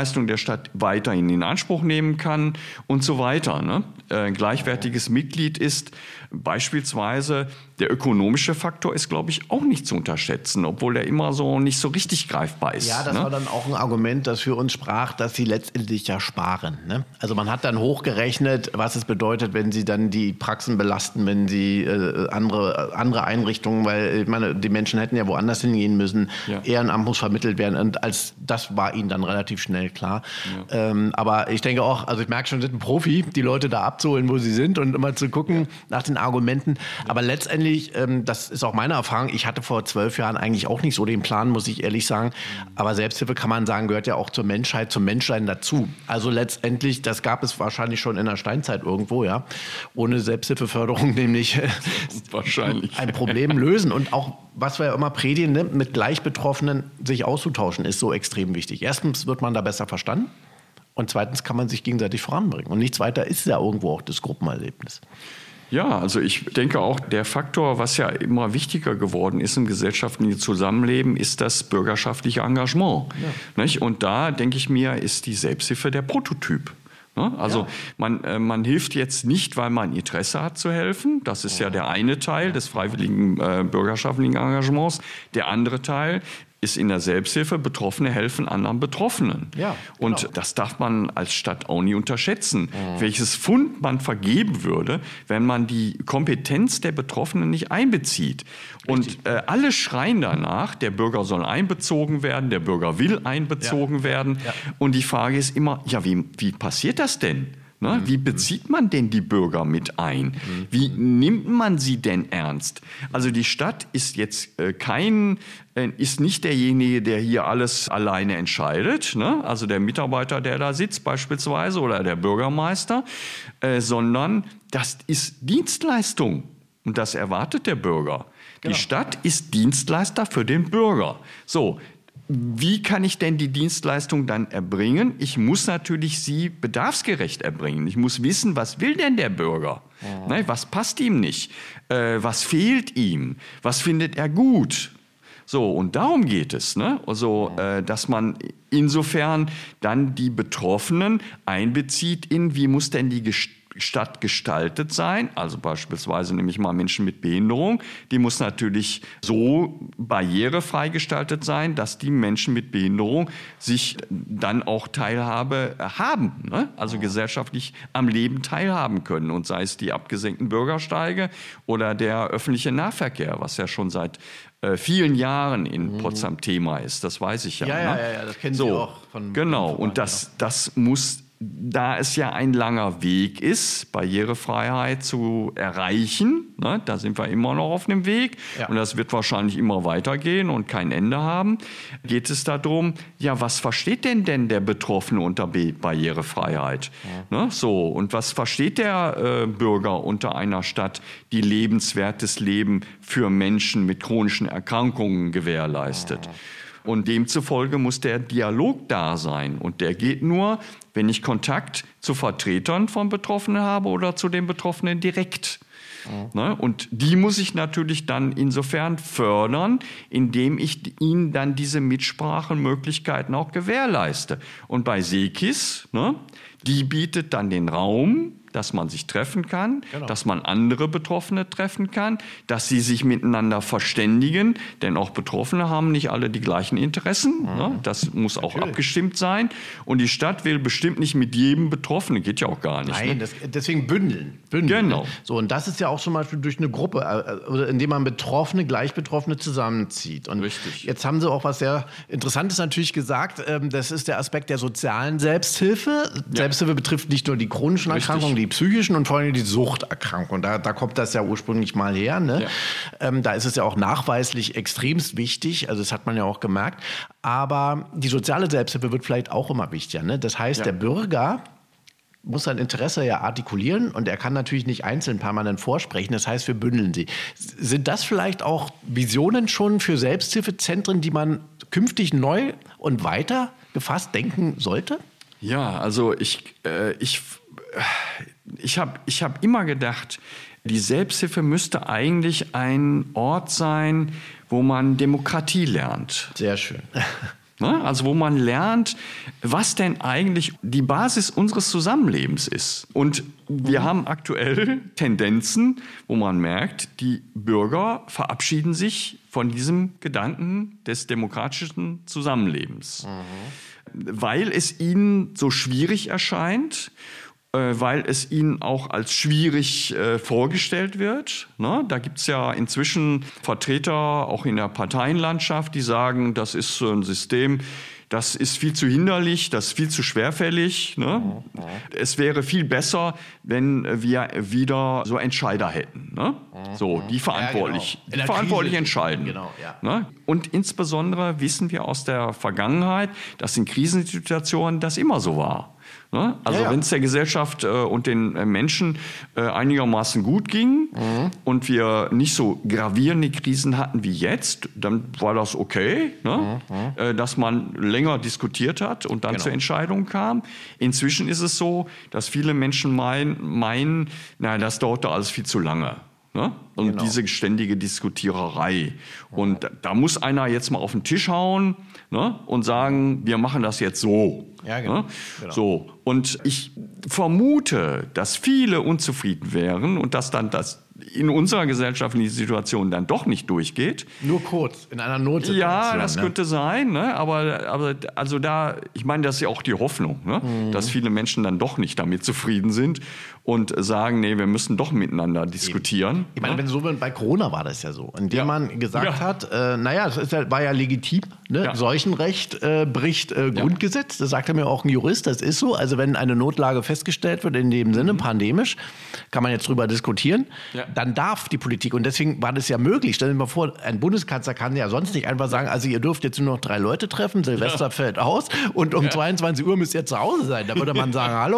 Dienstleistungen der Stadt weiterhin in Anspruch nehmen kann und so weiter. Ne? Äh, gleichwertiges Mitglied ist beispielsweise der ökonomische Faktor ist, glaube ich, auch nicht zu unterschätzen, obwohl der immer so nicht so richtig greifbar ist. Ja, das ne? war dann auch ein Argument, das für uns sprach, dass sie letztendlich ja sparen. Ne? Also man hat dann hochgerechnet, was es bedeutet, wenn sie dann die Praxen belasten, wenn sie äh, andere, andere Einrichtungen, weil ich meine, die Menschen hätten ja woanders hingehen müssen, ja. Ehrenamt muss vermittelt werden und als das war ihnen dann relativ schnell klar. Ja. Ähm, aber ich denke auch, also ich merke schon, sind ein Profi, die Leute da abzuholen, wo sie sind und immer zu gucken ja. nach den Argumenten. Aber letztendlich, ähm, das ist auch meine Erfahrung, ich hatte vor zwölf Jahren eigentlich auch nicht so den Plan, muss ich ehrlich sagen. Aber Selbsthilfe, kann man sagen, gehört ja auch zur Menschheit, zum Menschsein dazu. Also letztendlich, das gab es wahrscheinlich schon in der Steinzeit irgendwo, ja. Ohne Selbsthilfeförderung nämlich wahrscheinlich ein Problem lösen. Und auch, was wir ja immer predigen, ne, mit Gleichbetroffenen sich auszutauschen, ist so extrem wichtig. Erstens wird man da besser verstanden. Und zweitens kann man sich gegenseitig voranbringen. Und nichts weiter ist ja irgendwo auch das Gruppenerlebnis. Ja, also ich denke auch, der Faktor, was ja immer wichtiger geworden ist im gesellschaftlichen Zusammenleben, ist das bürgerschaftliche Engagement. Ja. Nicht? Und da, denke ich mir, ist die Selbsthilfe der Prototyp. Also ja. man, äh, man hilft jetzt nicht, weil man Interesse hat zu helfen. Das ist ja der eine Teil des freiwilligen äh, bürgerschaftlichen Engagements. Der andere Teil ist in der Selbsthilfe, Betroffene helfen anderen Betroffenen. Ja, genau. Und das darf man als Stadt auch nie unterschätzen. Mhm. Welches Pfund man vergeben würde, wenn man die Kompetenz der Betroffenen nicht einbezieht. Richtig. Und äh, alle schreien danach, der Bürger soll einbezogen werden, der Bürger will einbezogen ja. werden. Ja. Und die Frage ist immer, ja, wie, wie passiert das denn? Ne? Wie bezieht man denn die Bürger mit ein? Wie nimmt man sie denn ernst? Also die Stadt ist jetzt äh, kein, äh, ist nicht derjenige, der hier alles alleine entscheidet, ne? Also der Mitarbeiter, der da sitzt beispielsweise oder der Bürgermeister, äh, sondern das ist Dienstleistung und das erwartet der Bürger. Genau. Die Stadt ist Dienstleister für den Bürger. So. Wie kann ich denn die Dienstleistung dann erbringen? Ich muss natürlich sie bedarfsgerecht erbringen. Ich muss wissen, was will denn der Bürger? Ja. Ne, was passt ihm nicht? Äh, was fehlt ihm? Was findet er gut? So, und darum geht es, ne? Also, äh, dass man insofern dann die Betroffenen einbezieht in, wie muss denn die Gest- Stadt gestaltet sein, also beispielsweise nehme ich mal Menschen mit Behinderung, die muss natürlich so barrierefrei gestaltet sein, dass die Menschen mit Behinderung sich dann auch Teilhabe haben, ne? Also gesellschaftlich am Leben teilhaben können und sei es die abgesenkten Bürgersteige oder der öffentliche Nahverkehr, was ja schon seit äh, vielen Jahren in Potsdam Thema ist, das weiß ich ja. Ja, ne? ja, ja, ja, das kennen so, Sie auch von Genau, und das, das muss da es ja ein langer Weg ist, Barrierefreiheit zu erreichen, ne, da sind wir immer noch auf dem Weg ja. und das wird wahrscheinlich immer weitergehen und kein Ende haben, geht es darum, ja, was versteht denn denn der Betroffene unter Be- Barrierefreiheit? Ja. Ne, so, und was versteht der äh, Bürger unter einer Stadt, die lebenswertes Leben für Menschen mit chronischen Erkrankungen gewährleistet? Ja. Und demzufolge muss der Dialog da sein. Und der geht nur, wenn ich Kontakt zu Vertretern von Betroffenen habe oder zu den Betroffenen direkt. Mhm. Ne? Und die muss ich natürlich dann insofern fördern, indem ich ihnen dann diese Mitsprachenmöglichkeiten auch gewährleiste. Und bei Sekis, ne, die bietet dann den Raum, dass man sich treffen kann, genau. dass man andere Betroffene treffen kann, dass sie sich miteinander verständigen, denn auch Betroffene haben nicht alle die gleichen Interessen. Mhm. Ne? Das muss Natürlich. auch abgestimmt sein. Und die Stadt will bestimmt nicht mit jedem Betroffenen, geht ja auch gar nicht. Nein, ne? das, deswegen bündeln. bündeln. Genau. So, und das ist ja auch zum Beispiel durch eine Gruppe, äh, indem man Betroffene, Gleichbetroffene zusammenzieht. Und Richtig. Jetzt haben Sie auch was sehr Interessantes natürlich gesagt. Ähm, das ist der Aspekt der sozialen Selbsthilfe. Ja. Selbsthilfe betrifft nicht nur die chronischen Richtig. Erkrankungen, die psychischen und vor allem die Suchterkrankung. Da, da kommt das ja ursprünglich mal her. Ne? Ja. Ähm, da ist es ja auch nachweislich extremst wichtig. Also das hat man ja auch gemerkt. Aber die soziale Selbsthilfe wird vielleicht auch immer wichtiger. Ne? Das heißt, ja. der Bürger muss sein Interesse ja artikulieren und er kann natürlich nicht einzeln permanent vorsprechen. Das heißt, wir bündeln sie. Sind das vielleicht auch Visionen schon für Selbsthilfezentren, die man künftig neu und weiter gefasst denken sollte? Ja, also ich, äh, ich, ich habe ich hab immer gedacht, die Selbsthilfe müsste eigentlich ein Ort sein, wo man Demokratie lernt. Sehr schön. Ne? Also wo man lernt, was denn eigentlich die Basis unseres Zusammenlebens ist. Und wir haben aktuell Tendenzen, wo man merkt, die Bürger verabschieden sich von diesem Gedanken des demokratischen Zusammenlebens, mhm. weil es ihnen so schwierig erscheint, weil es ihnen auch als schwierig äh, vorgestellt wird. Ne? Da gibt es ja inzwischen Vertreter, auch in der Parteienlandschaft, die sagen, das ist so ein System, das ist viel zu hinderlich, das ist viel zu schwerfällig. Ne? Mhm. Es wäre viel besser, wenn wir wieder so Entscheider hätten. Ne? Mhm. So, die verantwortlich, ja, genau. die verantwortlich Krise entscheiden. Genau, ja. Ne? Und insbesondere wissen wir aus der Vergangenheit, dass in Krisensituationen das immer so war. Also ja, ja. wenn es der Gesellschaft äh, und den äh, Menschen äh, einigermaßen gut ging mhm. und wir nicht so gravierende Krisen hatten wie jetzt, dann war das okay, ne? mhm. äh, dass man länger diskutiert hat und dann genau. zur Entscheidung kam. Inzwischen ist es so, dass viele Menschen mein, meinen, na, das dauert alles viel zu lange. Ne? Und genau. diese ständige Diskutiererei. Und da, da muss einer jetzt mal auf den Tisch hauen, ne? und sagen, wir machen das jetzt so. Ja, genau. Ne? Genau. So. Und ich vermute, dass viele unzufrieden wären und dass dann das in unserer gesellschaftlichen Situation dann doch nicht durchgeht. Nur kurz, in einer Notsituation. Ja, das ne? könnte sein, ne? aber, aber also da, ich meine, das ist ja auch die Hoffnung, ne? mhm. dass viele Menschen dann doch nicht damit zufrieden sind und sagen, nee, wir müssen doch miteinander diskutieren. Ich meine, ne? wenn so bei Corona war das ja so, indem ja. man gesagt ja. hat, äh, naja, das ist ja, war ja legitim, ne? ja. Seuchenrecht äh, bricht äh, Grundgesetz, das sagte mir auch ein Jurist, das ist so, also wenn eine Notlage festgestellt wird, in dem Sinne, mhm. pandemisch, kann man jetzt drüber diskutieren, ja. dann darf die Politik, und deswegen war das ja möglich, stellen Sie mal vor, ein Bundeskanzler kann ja sonst nicht einfach sagen, also ihr dürft jetzt nur noch drei Leute treffen, Silvester ja. fällt aus und um ja. zweiundzwanzig Uhr müsst ihr zu Hause sein, da würde man sagen, hallo?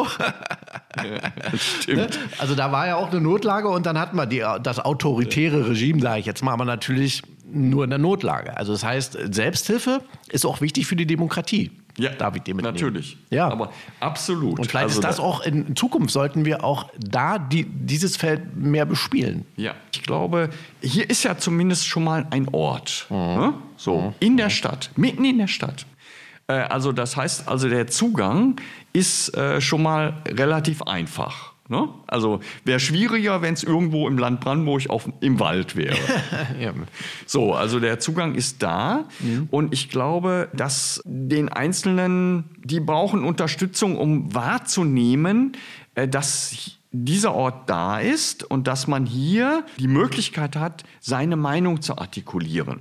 Ja, stimmt. Also da war ja auch eine Notlage und dann hatten wir die, das autoritäre Regime, sage ich jetzt mal, aber natürlich nur in der Notlage. Also das heißt, Selbsthilfe ist auch wichtig für die Demokratie. Ja, darf ich dir mitnehmen. Natürlich. Ja. Aber absolut. Und vielleicht also ist das da auch, in Zukunft sollten wir auch da die, dieses Feld mehr bespielen. Ja, ich glaube, hier ist ja zumindest schon mal ein Ort. Mhm. Ne? So, mhm. in der Stadt, mitten in der Stadt. Äh, also das heißt, also der Zugang ist äh, schon mal relativ einfach. Ne? Also wäre schwieriger, wenn es irgendwo im Land Brandenburg auf, im Wald wäre. ja. So, also der Zugang ist da mhm. und ich glaube, dass den Einzelnen, die brauchen Unterstützung, um wahrzunehmen, äh, dass dieser Ort da ist und dass man hier die Möglichkeit hat, seine Meinung zu artikulieren.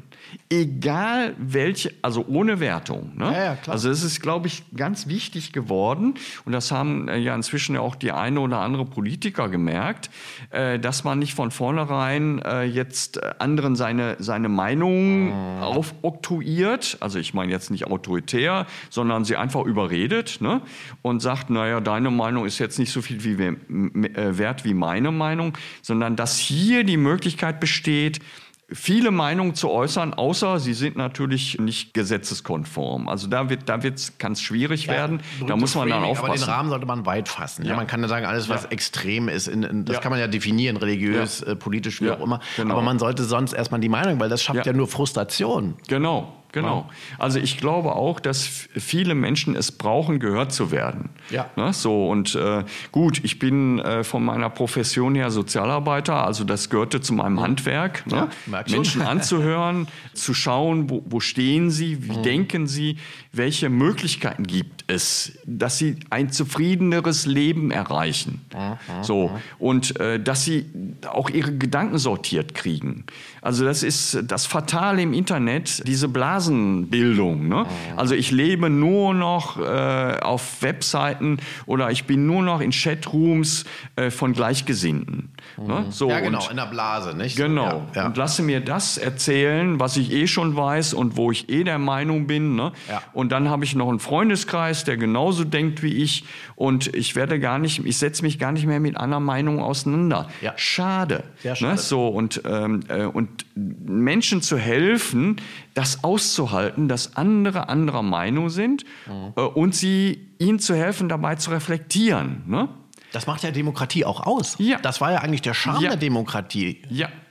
Egal welche, also ohne Wertung. Ne? Ja, ja, klar. Also es ist, glaube ich, ganz wichtig geworden und das haben äh, ja inzwischen ja auch die eine oder andere Politiker gemerkt, äh, dass man nicht von vornherein äh, jetzt anderen seine, seine Meinung mhm. aufoktroyiert, also ich meine jetzt nicht autoritär, sondern sie einfach überredet, ne? und sagt, naja, deine Meinung ist jetzt nicht so viel wie, äh, wert wie meine Meinung, sondern dass hier die Möglichkeit besteht, viele Meinungen zu äußern, außer sie sind natürlich nicht gesetzeskonform. Also da wird, da wird's, kann es schwierig ja, werden. Da muss man dann aufpassen. Aber den Rahmen sollte man weit fassen. Ja. Ja, man kann ja sagen, alles, was ja. extrem ist, in, in, das ja. kann man ja definieren, religiös, ja. äh, politisch, wie ja. auch immer. Genau. Aber man sollte sonst erstmal die Meinung, weil das schafft ja, ja nur Frustration. Genau. Genau. Also ich glaube auch, dass viele Menschen es brauchen, gehört zu werden. Ja. Ne? So, und äh, gut, ich bin äh, von meiner Profession her Sozialarbeiter, also das gehörte zu meinem Handwerk. Ne? Ja, Menschen anzuhören, zu schauen, wo, wo stehen sie, wie mhm. denken sie, welche Möglichkeiten gibt es, dass sie ein zufriedeneres Leben erreichen. Mhm. So, und äh, dass sie auch ihre Gedanken sortiert kriegen. Also das ist das Fatale im Internet, diese Blasenbildung. Ne? Mhm. Also ich lebe nur noch äh, auf Webseiten oder ich bin nur noch in Chatrooms äh, von Gleichgesinnten. Mhm. Ne? So, ja, genau, und, in der Blase, nicht? Genau. Ja, ja. Und lasse mir das erzählen, was ich eh schon weiß und wo ich eh der Meinung bin. Ne? Ja. Und dann habe ich noch einen Freundeskreis, der genauso denkt wie ich. Und ich werde gar nicht, ich setze mich gar nicht mehr mit einer Meinung auseinander. Ja. Schade. Sehr schade. Ne? So, und, ähm, äh, und Menschen zu helfen, das auszuhalten, dass andere anderer Meinung sind mhm. äh, und sie ihnen zu helfen, dabei zu reflektieren. Ne? Das macht ja Demokratie auch aus. Ja. Das war ja eigentlich der Charme ja. der Demokratie. Ja.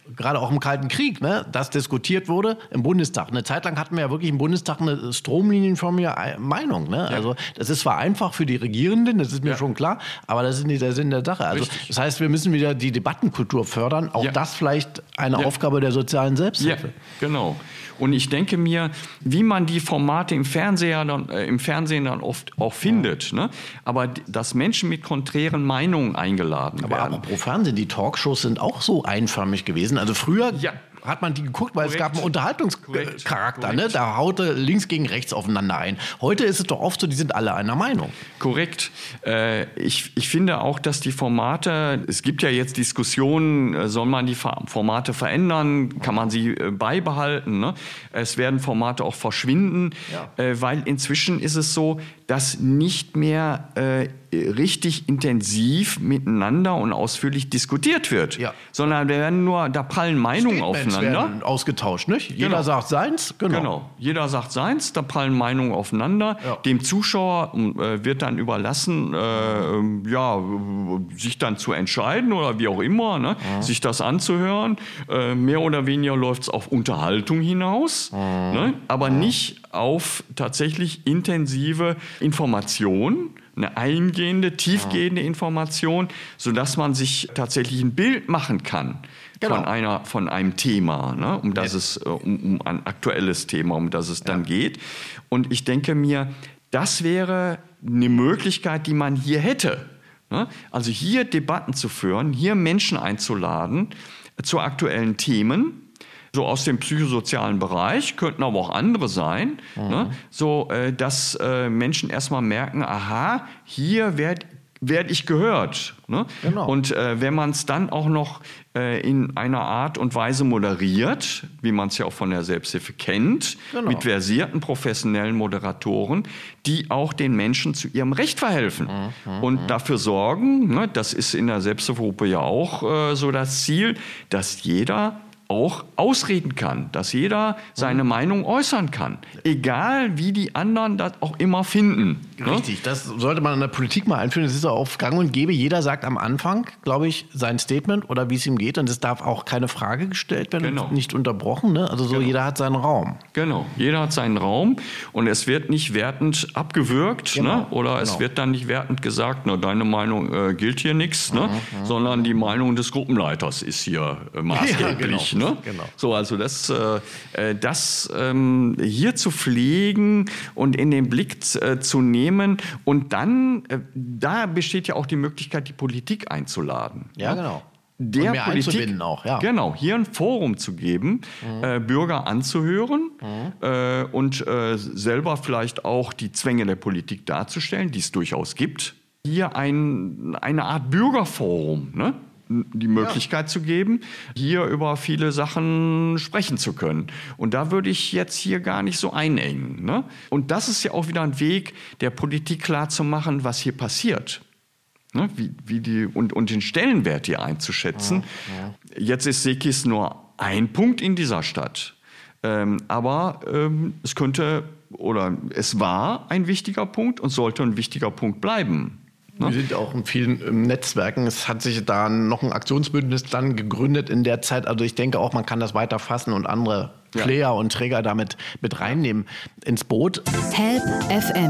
gerade auch im Kalten Krieg, ne, das diskutiert wurde im Bundestag. Eine Zeit lang hatten wir ja wirklich im Bundestag eine stromlinienförmige Meinung. Ne? Ja. Also das ist zwar einfach für die Regierenden, das ist mir ja. schon klar, aber das ist nicht der Sinn der Sache. Also Richtig. Das heißt, wir müssen wieder die Debattenkultur fördern. Auch ja. das vielleicht eine ja. Aufgabe der sozialen Selbsthilfe. Ja, genau. Und ich denke mir, wie man die Formate im Fernseher dann, äh, im Fernsehen dann oft auch findet, ja. ne? aber dass Menschen mit konträren Meinungen eingeladen aber werden. Aber pro Fernsehen, die Talkshows sind auch so einförmig gewesen. Also früher ja. hat man die geguckt, weil Korrekt. es gab einen Unterhaltungscharakter. Ne? Da haute links gegen rechts aufeinander ein. Heute ist es doch oft so, die sind alle einer Meinung. Korrekt. Äh, ich, ich finde auch, dass die Formate, es gibt ja jetzt Diskussionen, soll man die Formate verändern, kann man sie äh, beibehalten? Ne? Es werden Formate auch verschwinden, ja. äh, weil inzwischen ist es so, dass nicht mehr äh, richtig intensiv miteinander und ausführlich diskutiert wird, ja. sondern wir werden nur, da prallen Meinungen Statements aufeinander. Werden ausgetauscht, nicht? Jeder genau. sagt seins, genau. genau. Jeder sagt seins, da prallen Meinungen aufeinander. Ja. Dem Zuschauer äh, wird dann überlassen, äh, ja, sich dann zu entscheiden oder wie auch immer, ne? ja. sich das anzuhören. Äh, mehr oder weniger läuft es auf Unterhaltung hinaus, ja. ne? aber ja. nicht auf tatsächlich intensive Information, eine eingehende, tiefgehende ja. Information, sodass man sich tatsächlich ein Bild machen kann genau. von, einer, von einem Thema, ne, um, das ja. es, um, um ein aktuelles Thema, um das es ja. dann geht. Und ich denke mir, das wäre eine Möglichkeit, die man hier hätte. Ne? Also hier Debatten zu führen, hier Menschen einzuladen zu aktuellen Themen, so aus dem psychosozialen Bereich, könnten aber auch andere sein, mhm. ne? so äh, dass äh, Menschen erstmal merken, aha, hier werde werd ich gehört. Ne? Genau. Und äh, wenn man es dann auch noch äh, in einer Art und Weise moderiert, wie man es ja auch von der Selbsthilfe kennt, genau. mit versierten professionellen Moderatoren, die auch den Menschen zu ihrem Recht verhelfen mhm. und mhm. dafür sorgen, ne, das ist in der Selbsthilfegruppe ja auch äh, so das Ziel, dass jeder auch ausreden kann, dass jeder seine mhm. Meinung äußern kann. Egal, wie die anderen das auch immer finden. Richtig, ne? Das sollte man in der Politik mal einführen. Das ist auch auf Gang und Gäbe. Jeder sagt am Anfang, glaube ich, sein Statement oder wie es ihm geht. Und es darf auch keine Frage gestellt werden, genau. nicht unterbrochen. Ne? Also so, genau. jeder hat seinen Raum. Genau, jeder hat seinen Raum. Und es wird nicht wertend abgewürgt. Genau. Ne? Oder genau. es wird dann nicht wertend gesagt, na, deine Meinung äh, gilt hier nichts. Mhm. Ne? Mhm. Sondern die Meinung des Gruppenleiters ist hier äh, maßgeblich. Ja, genau. Ne? Genau. So, also das, äh, das ähm, hier zu pflegen und in den Blick äh, zu nehmen und dann, äh, da besteht ja auch die Möglichkeit, die Politik einzuladen. Ja, ja? genau. Der und mehr Politik, einzubinden auch, ja. Genau, hier ein Forum zu geben, mhm. äh, Bürger anzuhören mhm. äh, und äh, selber vielleicht auch die Zwänge der Politik darzustellen, die es durchaus gibt. Hier ein, eine Art Bürgerforum, ne? die Möglichkeit ja. zu geben, hier über viele Sachen sprechen zu können. Und da würde ich jetzt hier gar nicht so einengen. Ne? Und das ist ja auch wieder ein Weg, der Politik klarzumachen, was hier passiert. Ne? Wie, wie die, und, und den Stellenwert hier einzuschätzen. Ja, ja. Jetzt ist Seekis nur ein Punkt in dieser Stadt. Ähm, aber ähm, es könnte oder es war ein wichtiger Punkt und sollte ein wichtiger Punkt bleiben. Wir sind auch in vielen Netzwerken. Es hat sich da noch ein Aktionsbündnis dann gegründet in der Zeit. Also ich denke auch, man kann das weiter fassen und andere Player ja. und Träger damit mit reinnehmen ins Boot. Help F M,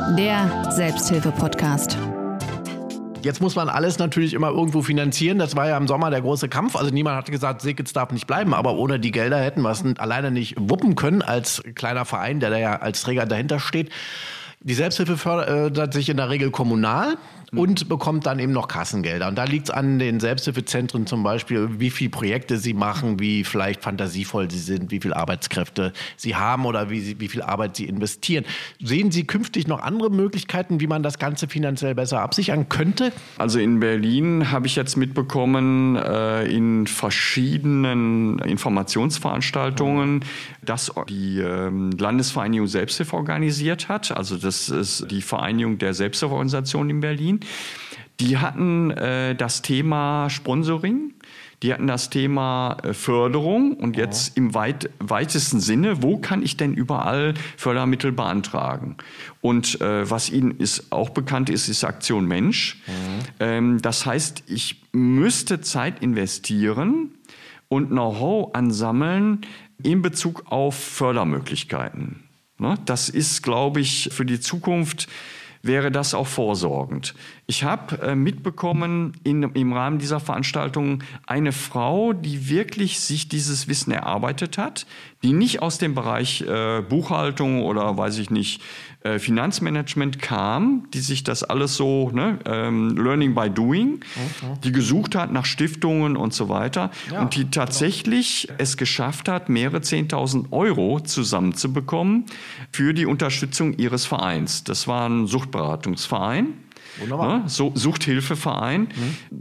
der Selbsthilfe-Podcast. Jetzt muss man alles natürlich immer irgendwo finanzieren. Das war ja im Sommer der große Kampf. Also niemand hat gesagt, Seekitz darf nicht bleiben. Aber ohne die Gelder hätten wir es alleine nicht wuppen können als kleiner Verein, der da ja als Träger dahinter steht. Die Selbsthilfe fördert sich in der Regel kommunal und bekommt dann eben noch Kassengelder. Und da liegt es an den Selbsthilfezentren zum Beispiel, wie viele Projekte sie machen, wie vielleicht fantasievoll sie sind, wie viele Arbeitskräfte sie haben oder wie, sie, wie viel Arbeit sie investieren. Sehen Sie künftig noch andere Möglichkeiten, wie man das Ganze finanziell besser absichern könnte? Also in Berlin habe ich jetzt mitbekommen, äh, in verschiedenen Informationsveranstaltungen, dass die äh, Landesvereinigung Selbsthilfe organisiert hat. Also das ist die Vereinigung der Selbsthilfeorganisationen in Berlin. Die hatten äh, das Thema Sponsoring, die hatten das Thema äh, Förderung und jetzt oh. im weit, weitesten Sinne, wo kann ich denn überall Fördermittel beantragen? Und äh, was Ihnen ist, auch bekannt ist, ist Aktion Mensch. Oh. Ähm, das heißt, ich müsste Zeit investieren, und Know-how ansammeln in Bezug auf Fördermöglichkeiten. Ne? Das ist, glaube ich, für die Zukunft wäre das auch vorsorgend. Ich habe äh, mitbekommen in, im Rahmen dieser Veranstaltung eine Frau, die wirklich sich dieses Wissen erarbeitet hat, die nicht aus dem Bereich äh, Buchhaltung oder weiß ich nicht, äh, Finanzmanagement kam, die sich das alles so, ne, ähm, Learning by Doing, okay. die gesucht hat nach Stiftungen und so weiter ja, und die tatsächlich genau. es geschafft hat, mehrere zehntausend Euro zusammenzubekommen für die Unterstützung ihres Vereins. Das war ein Suchtberatungsverein. Wunderbar. Ne, so Suchthilfeverein, mhm.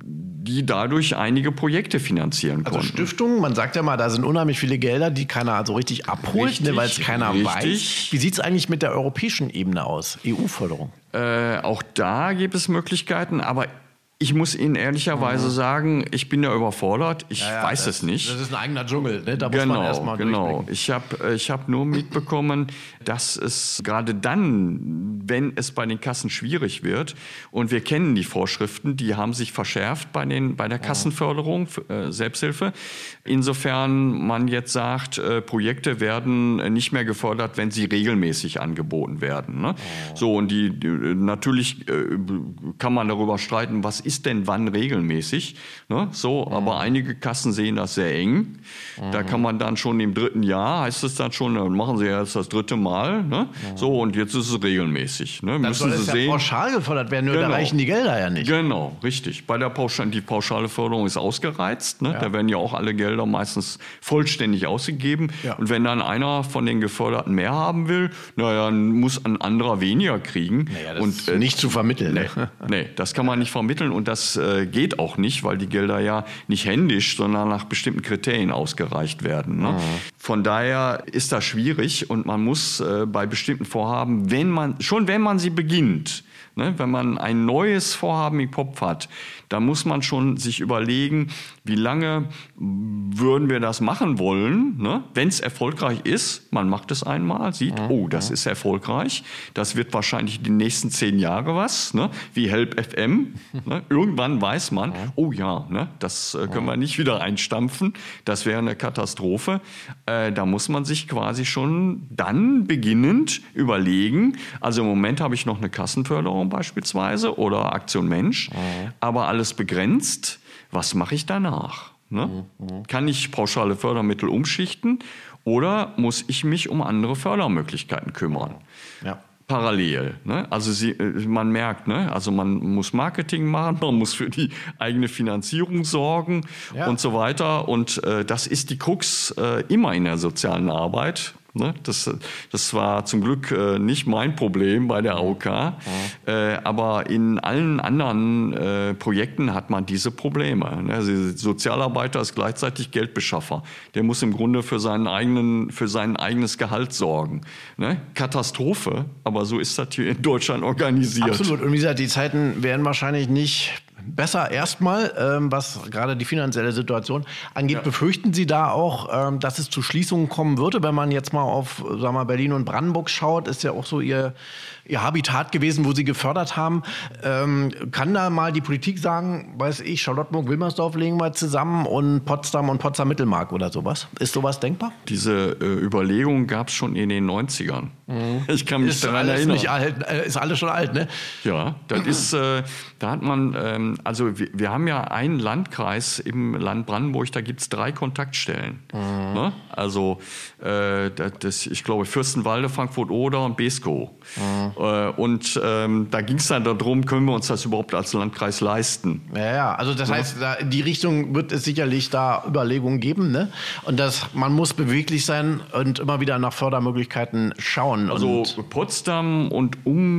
die dadurch einige Projekte finanzieren konnten. Also Stiftungen, man sagt ja mal, da sind unheimlich viele Gelder, die keiner so richtig abholt, richtig, ne, weil es keiner richtig. weiß. Wie sieht es eigentlich mit der europäischen Ebene aus, E U-Förderung? Äh, auch da gibt es Möglichkeiten, aber ich muss Ihnen ehrlicherweise mhm. sagen, ich bin da überfordert. Ich ja, ja, weiß das, es nicht. Das ist ein eigener Dschungel. Ne? Da genau, muss man erstmal genau. Ich habe ich hab nur mitbekommen, dass es gerade dann, wenn es bei den Kassen schwierig wird, und wir kennen die Vorschriften, die haben sich verschärft bei, den, bei der Kassenförderung, äh, Selbsthilfe. Insofern man jetzt sagt, äh, Projekte werden nicht mehr gefördert, wenn sie regelmäßig angeboten werden. Ne? Oh. So, und die, die natürlich äh, kann man darüber streiten, was ist denn wann regelmäßig? Ne? So, mhm. aber einige Kassen sehen das sehr eng. Mhm. Da kann man dann schon im dritten Jahr, heißt es dann schon, dann machen sie jetzt das dritte Mal. Ne? Mhm. So, und jetzt ist es regelmäßig. Ne? Dann müssen soll es ja sehen. pauschal gefördert werden, nur genau. da reichen die Gelder ja nicht. Genau, richtig. Bei der Pauschal, die pauschale Förderung ist ausgereizt. Ne? Ja. Da werden ja auch alle Gelder meistens vollständig ausgegeben. Ja. Und wenn dann einer von den Geförderten mehr haben will, naja, dann muss ein anderer weniger kriegen. Naja, das und, ist äh, nicht zu vermitteln. Nee, nee, das kann man nicht vermitteln. Und das äh, geht auch nicht, weil die Gelder ja nicht händisch, sondern nach bestimmten Kriterien ausgereicht werden. Ne? Mhm. Von daher ist das schwierig und man muss äh, bei bestimmten Vorhaben, wenn man, schon wenn man sie beginnt, ne, wenn man ein neues Vorhaben im Kopf hat, da muss man schon sich überlegen, wie lange würden wir das machen wollen. Ne? Wenn es erfolgreich ist, man macht es einmal, sieht, mhm. oh, das ist erfolgreich. Das wird wahrscheinlich die nächsten zehn Jahre was, ne? Wie Help F M. Ne? Irgendwann weiß man, oh ja, ne? das äh, können wir nicht wieder einstampfen. Das wäre eine Katastrophe. Äh, da muss man sich quasi schon dann beginnend überlegen. Also im Moment habe ich noch eine Kassenförderung beispielsweise oder Aktion Mensch, mhm. aber alles begrenzt. Was mache ich danach? Ne? Mhm. Kann ich pauschale Fördermittel umschichten oder muss ich mich um andere Fördermöglichkeiten kümmern? Ja. Parallel. Ne? Also sie, man merkt, ne? Also man muss Marketing machen, man muss für die eigene Finanzierung sorgen ja. und so weiter. Und äh, das ist die Krux äh, immer in der sozialen Arbeit. Ne? Das, das war zum Glück äh, nicht mein Problem bei der A O K, mhm. äh, aber in allen anderen äh, Projekten hat man diese Probleme. Ne? Also Sozialarbeiter ist gleichzeitig Geldbeschaffer. Der muss im Grunde für, seinen eigenen, für sein eigenes Gehalt sorgen. Ne? Katastrophe, aber so ist das hier in Deutschland organisiert. Absolut. Und wie gesagt, die Zeiten werden wahrscheinlich nicht besser erstmal, ähm, was gerade die finanzielle Situation angeht. Ja. Befürchten Sie da auch, ähm, dass es zu Schließungen kommen würde, wenn man jetzt mal auf sagen wir mal, Berlin und Brandenburg schaut, ist ja auch so Ihr, Ihr Habitat gewesen, wo Sie gefördert haben. Ähm, kann da mal die Politik sagen, weiß ich, Charlottenburg, Wilmersdorf legen wir zusammen und Potsdam und Potsdam-Mittelmark oder sowas? Ist sowas denkbar? Diese äh, Überlegung gab es schon in den neunzigern. Mhm. Ich kann mich ist daran alles erinnern. Nicht alt, äh, ist alles schon alt, ne? Ja, das ist, äh, da hat man, ähm, also wir, wir haben ja einen Landkreis im Land Brandenburg, da gibt es drei Kontaktstellen. Mhm. Ne? Also äh, das, ich glaube Fürstenwalde, Frankfurt-Oder und Beeskow. Mhm. Äh, und ähm, da ging es dann darum, können wir uns das überhaupt als Landkreis leisten? Ja, ja. Also das ja. heißt, da, in die Richtung wird es sicherlich da Überlegungen geben, ne? Und das, man muss beweglich sein und immer wieder nach Fördermöglichkeiten schauen. Also und Potsdam und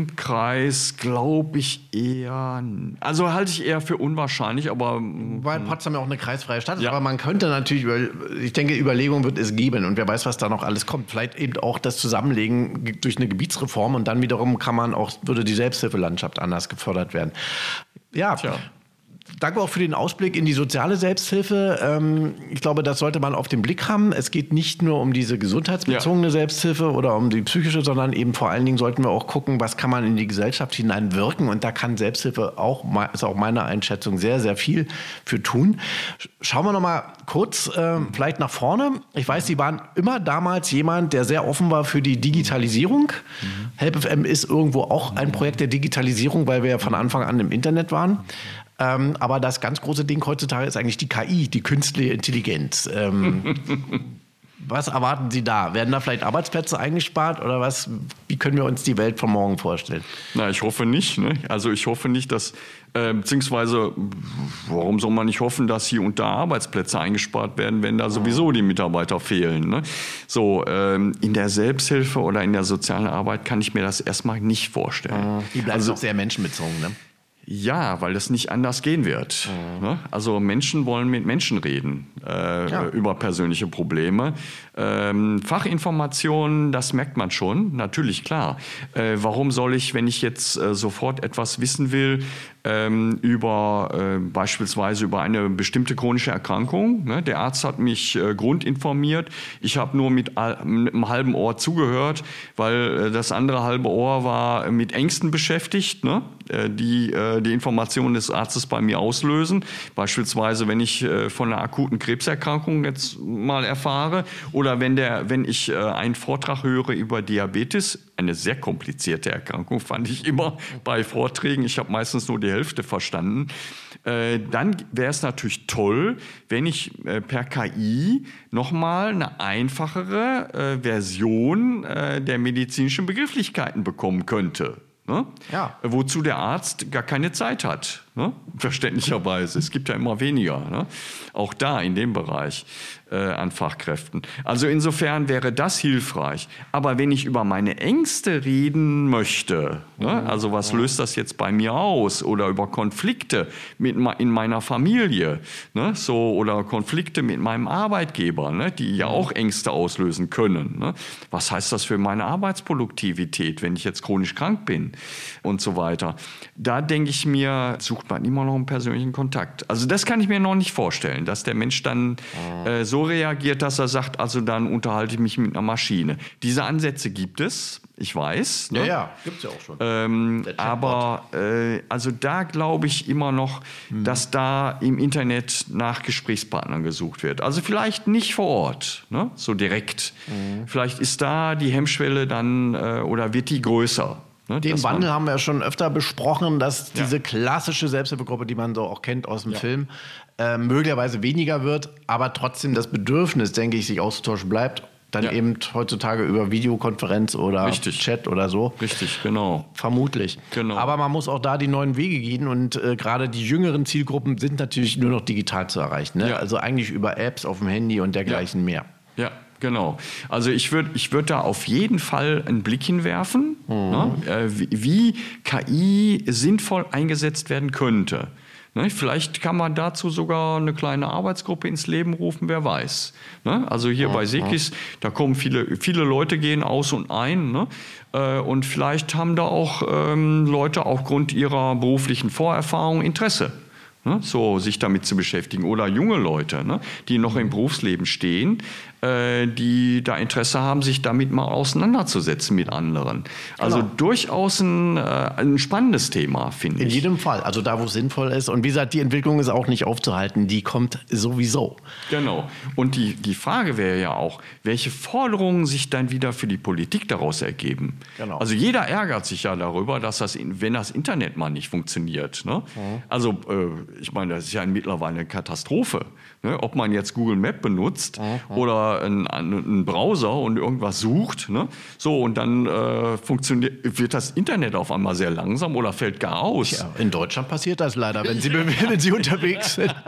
Umkreis glaube ich eher, also halte ich eher für unwahrscheinlich, aber... Weil Potsdam ja auch eine kreisfreie Stadt ist, ja. aber man könnte natürlich, ich denke, Überlegungen wird es geben und wer weiß, was da noch alles kommt. Vielleicht eben auch das Zusammenlegen durch eine Gebietsreform und dann wiederum kann man auch, würde die Selbsthilfelandschaft anders gefördert werden. Ja, Tja. Danke auch für den Ausblick in die soziale Selbsthilfe. Ähm, ich glaube, das sollte man auf den Blick haben. Es geht nicht nur um diese gesundheitsbezogene ja. Selbsthilfe oder um die psychische, sondern eben vor allen Dingen sollten wir auch gucken, was kann man in die Gesellschaft hineinwirken. Und da kann Selbsthilfe auch, ist auch meine Einschätzung, sehr, sehr viel für tun. Schauen wir noch mal kurz äh, vielleicht nach vorne. Ich weiß, Sie waren immer damals jemand, der sehr offen war für die Digitalisierung. Mhm. Help F M ist irgendwo auch ein Projekt der Digitalisierung, weil wir ja von Anfang an im Internet waren. Ähm, aber das ganz große Ding heutzutage ist eigentlich die K I, die künstliche Intelligenz. Ähm, was erwarten Sie da? Werden da vielleicht Arbeitsplätze eingespart oder was? Wie können wir uns die Welt von morgen vorstellen? Na, ich hoffe nicht. Ne? Also ich hoffe nicht, dass, äh, beziehungsweise, warum soll man nicht hoffen, dass hier und da Arbeitsplätze eingespart werden, wenn da sowieso die Mitarbeiter fehlen? Ne? So, ähm, in der Selbsthilfe oder in der sozialen Arbeit kann ich mir das erstmal nicht vorstellen. Die bleiben also, doch sehr menschenbezogen, ne? Ja, weil das nicht anders gehen wird. Mhm. Ne? Also Menschen wollen mit Menschen reden äh, ja. über persönliche Probleme. Ähm, Fachinformationen, das merkt man schon, natürlich, klar. Äh, warum soll ich, wenn ich jetzt äh, sofort etwas wissen will, ähm, über äh, beispielsweise über eine bestimmte chronische Erkrankung, ne? Der Arzt hat mich äh, grundinformiert, ich habe nur mit, mit einem halben Ohr zugehört, weil äh, das andere halbe Ohr war mit Ängsten beschäftigt, ne? äh, die äh, die Informationen des Arztes bei mir auslösen. Beispielsweise, wenn ich äh, von einer akuten Krebserkrankung jetzt mal erfahre oder wenn, der, wenn ich äh, einen Vortrag höre über Diabetes, eine sehr komplizierte Erkrankung, fand ich immer bei Vorträgen. Ich habe meistens nur die Hälfte verstanden. Äh, dann wäre es natürlich toll, wenn ich äh, per K I nochmal eine einfachere äh, Version äh, der medizinischen Begrifflichkeiten bekommen könnte. Ne? Ja. Wozu der Arzt gar keine Zeit hat, ne? Verständlicherweise. Es gibt ja immer weniger, ne? Auch da in dem Bereich äh, an Fachkräften. Also insofern wäre das hilfreich. Aber wenn ich über meine Ängste reden möchte, ne? Also was löst das jetzt bei mir aus? Oder über Konflikte mit, in meiner Familie, ne? So, oder Konflikte mit meinem Arbeitgeber, ne? Die ja auch Ängste auslösen können. Ne? Was heißt das für meine Arbeitsproduktivität, wenn ich jetzt chronisch krank bin? Und so weiter. Da denke ich mir, sucht man immer noch einen persönlichen Kontakt. Also das kann ich mir noch nicht vorstellen, dass der Mensch dann äh, so reagiert, dass er sagt, also dann unterhalte ich mich mit einer Maschine. Diese Ansätze gibt es, ich weiß. Ne? Ja, ja, gibt es ja auch schon. Ähm, aber äh, also da glaube ich immer noch, mhm. dass da im Internet nach Gesprächspartnern gesucht wird. Also vielleicht nicht vor Ort, ne? So direkt. Mhm. Vielleicht ist da die Hemmschwelle dann äh, oder wird die größer. Ne, Den Wandel haben wir ja schon öfter besprochen, dass ja. diese klassische Selbsthilfegruppe, die man so auch kennt aus dem ja. Film, äh, möglicherweise weniger wird, aber trotzdem das Bedürfnis, denke ich, sich auszutauschen bleibt. Dann ja. eben heutzutage über Videokonferenz oder Richtig. Chat oder so. Richtig, genau. Vermutlich. Genau. Aber man muss auch da die neuen Wege gehen und äh, gerade die jüngeren Zielgruppen sind natürlich nur noch digital zu erreichen. Ne? Ja. Also eigentlich über Apps auf dem Handy und dergleichen ja. mehr. Ja. Genau. Also ich würde ich würd da auf jeden Fall einen Blick hinwerfen, mhm. ne, äh, wie, wie K I sinnvoll eingesetzt werden könnte. Ne, vielleicht kann man dazu sogar eine kleine Arbeitsgruppe ins Leben rufen, wer weiß. Ne? Also hier mhm. bei Sekis, da kommen viele, viele Leute gehen aus und ein. Ne? Äh, und vielleicht haben da auch ähm, Leute aufgrund ihrer beruflichen Vorerfahrung Interesse. Ne, so sich damit zu beschäftigen. Oder junge Leute, ne, die noch im Berufsleben stehen, äh, die da Interesse haben, sich damit mal auseinanderzusetzen mit anderen. Also genau. durchaus ein, äh, ein spannendes Thema, finde ich. In jedem Fall. Also da, wo es sinnvoll ist. Und wie gesagt, die Entwicklung ist auch nicht aufzuhalten. Die kommt sowieso. Genau. Und die, die Frage wäre ja auch, welche Forderungen sich dann wieder für die Politik daraus ergeben. Genau. Also jeder ärgert sich ja darüber, dass das, wenn das Internet mal nicht funktioniert. Ne? Mhm. Also äh, ich meine, das ist ja mittlerweile eine Katastrophe. Ne? Ob man jetzt Google Maps benutzt mhm. oder einen, einen Browser und irgendwas sucht. Ne? So, und dann äh, funktioniert, wird das Internet auf einmal sehr langsam oder fällt gar aus. Ja, in Deutschland passiert das leider, wenn Sie, wenn Sie unterwegs sind.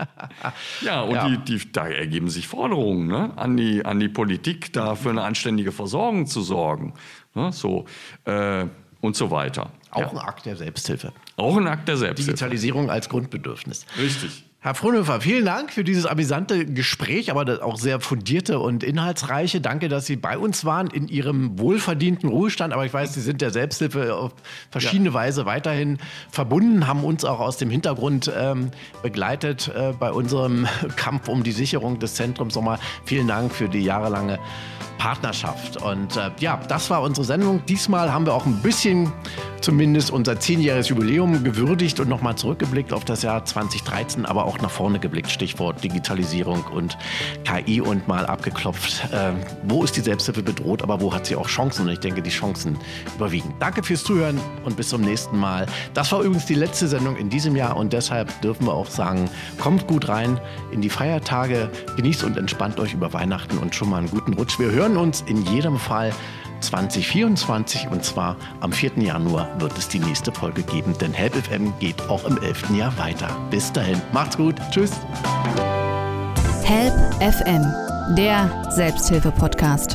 Ja, und ja. Die, die, da ergeben sich Forderungen, ne? an, die, an die Politik, da für eine anständige Versorgung zu sorgen. Ne? So, äh, und so weiter. Auch ja. ein Akt der Selbsthilfe. Auch ein Akt der Selbsthilfe. Digitalisierung als Grundbedürfnis. Richtig. Herr Fronhofer, vielen Dank für dieses amüsante Gespräch, aber auch sehr fundierte und inhaltsreiche. Danke, dass Sie bei uns waren in Ihrem wohlverdienten Ruhestand. Aber ich weiß, Sie sind der Selbsthilfe auf verschiedene ja. Weise weiterhin verbunden, haben uns auch aus dem Hintergrund ähm, begleitet äh, bei unserem Kampf um die Sicherung des Zentrums. Nochmal vielen Dank für die jahrelange Partnerschaft. Und äh, ja, das war unsere Sendung. Diesmal haben wir auch ein bisschen zumindest unser zehnjähriges Jubiläum gewürdigt und nochmal zurückgeblickt auf das Jahr zweitausenddreizehn, aber auch nach vorne geblickt. Stichwort Digitalisierung und K I und mal abgeklopft. Äh, wo ist die Selbsthilfe bedroht, aber wo hat sie auch Chancen? Und ich denke, die Chancen überwiegen. Danke fürs Zuhören und bis zum nächsten Mal. Das war übrigens die letzte Sendung in diesem Jahr und deshalb dürfen wir auch sagen, kommt gut rein in die Feiertage, genießt und entspannt euch über Weihnachten und schon mal einen guten Rutsch. Wir hören uns in jedem Fall zwanzig vierundzwanzig und zwar am vierten Januar wird es die nächste Folge geben, denn Help F M geht auch im elften Jahr weiter. Bis dahin, macht's gut, tschüss. Help F M, der Selbsthilfe-Podcast.